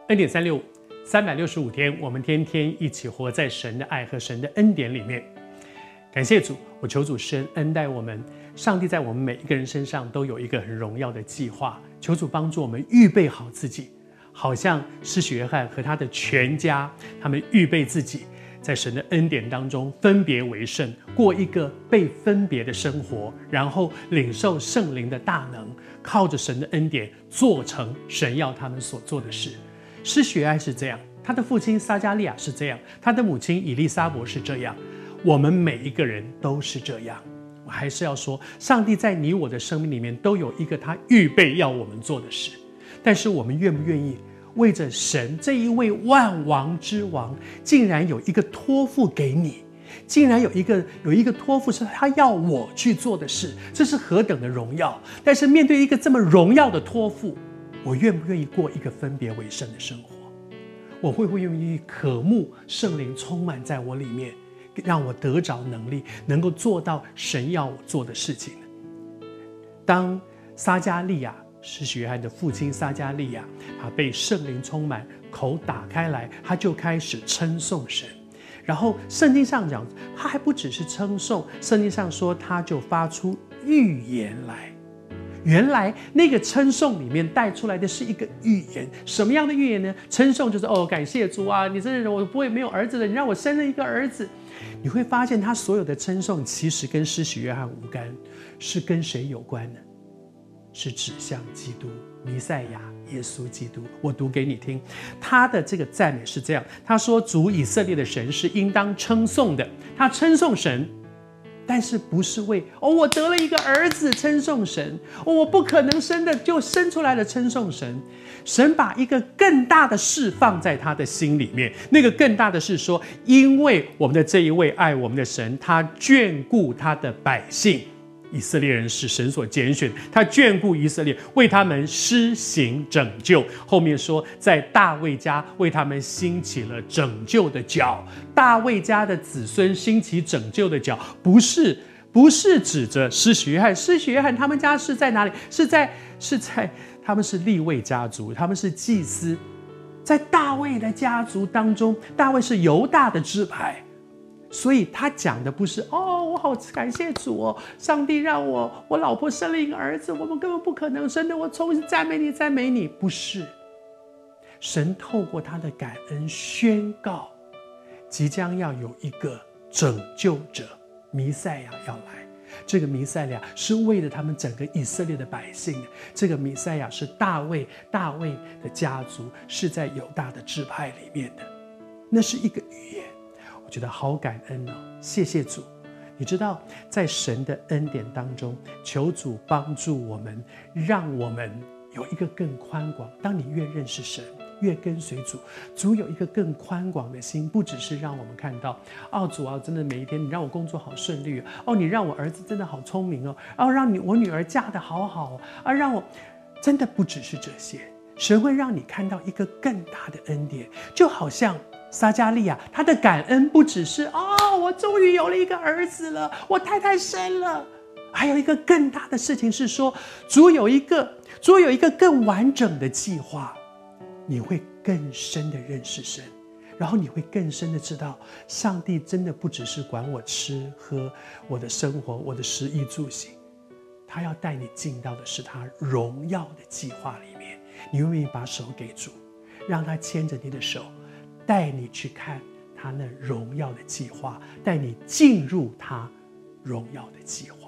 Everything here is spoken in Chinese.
恩典365 365天，我们天天一起活在神的爱和神的恩典里面。感谢主，我求主施恩待我们。上帝在我们每一个人身上都有一个很荣耀的计划，求主帮助我们预备好自己，好像施洗约翰和他的全家，他们预备自己在神的恩典当中分别为圣，过一个被分别的生活，然后领受圣灵的大能，靠着神的恩典做成神要他们所做的事。施洗约翰是这样，他的父亲撒迦利亚是这样，他的母亲以利沙伯是这样，我们每一个人都是这样。我还是要说，上帝在你我的生命里面都有一个他预备要我们做的事，但是我们愿不愿意为着神这一位万王之王，竟然有一个托付给你，竟然有一个托付是他要我去做的事，这是何等的荣耀。但是面对一个这么荣耀的托付，我愿不愿意过一个分别为圣的生活？我会不会愿意渴慕圣灵充满在我里面，让我得着能力，能够做到神要我做的事情？当撒迦利亚，施洗约翰的父亲撒迦利亚，他被圣灵充满，口打开来，他就开始称颂神。然后圣经上讲，他还不只是称颂，圣经上说他就发出预言来。原来那个称颂里面带出来的是一个预言，什么样的预言呢？称颂就是感谢主啊，你这个人我不会没有儿子的，你让我生了一个儿子。你会发现他所有的称颂其实跟施洗约翰无干，是跟谁有关呢？是指向基督弥赛亚耶稣基督。我读给你听，他的这个赞美是这样，他说主以色列的神是应当称颂的，他称颂神，但是不是为我得了一个儿子称颂神，我不可能生的就生出来了称颂神。神把一个更大的事放在他的心里面，那个更大的是说，因为我们的这一位爱我们的神，他眷顾他的百姓以色列人是神所拣选，他眷顾以色列，为他们施行拯救。后面说，在大卫家为他们兴起了拯救的脚。大卫家的子孙兴起拯救的脚，不是指着施洗约翰。施洗约翰他们家是在哪里？是在他们是利未家族，他们是祭司。在大卫的家族当中，大卫是犹大的支派，所以他讲的不是我好感谢主哦，上帝让我老婆生了一个儿子，我们根本不可能生的，我从赞美你赞美你。不是，神透过他的感恩宣告，即将要有一个拯救者弥赛亚要来。这个弥赛亚是为了他们整个以色列的百姓的，这个弥赛亚是大卫的家族，是在犹大的支派里面的，那是一个语言。我觉得好感恩哦，谢谢主。你知道，在神的恩典当中，求主帮助我们，让我们有一个更宽广。当你越认识神，越跟随主，主有一个更宽广的心，不只是让我们看到主啊，真的每一天你让我工作好顺利你让我儿子真的好聪明让我女儿嫁得好好让我真的不只是这些，神会让你看到一个更大的恩典。就好像撒迦利亚，他的感恩不只是我终于有了一个儿子了，我太太生了，还有一个更大的事情是说，主有一个更完整的计划。你会更深的认识神，然后你会更深的知道，上帝真的不只是管我吃喝，我的生活，我的食衣住行，他要带你进到的是他荣耀的计划里面。你愿意把手给主，让他牵着你的手，带你去看他那荣耀的计划，带你进入他荣耀的计划。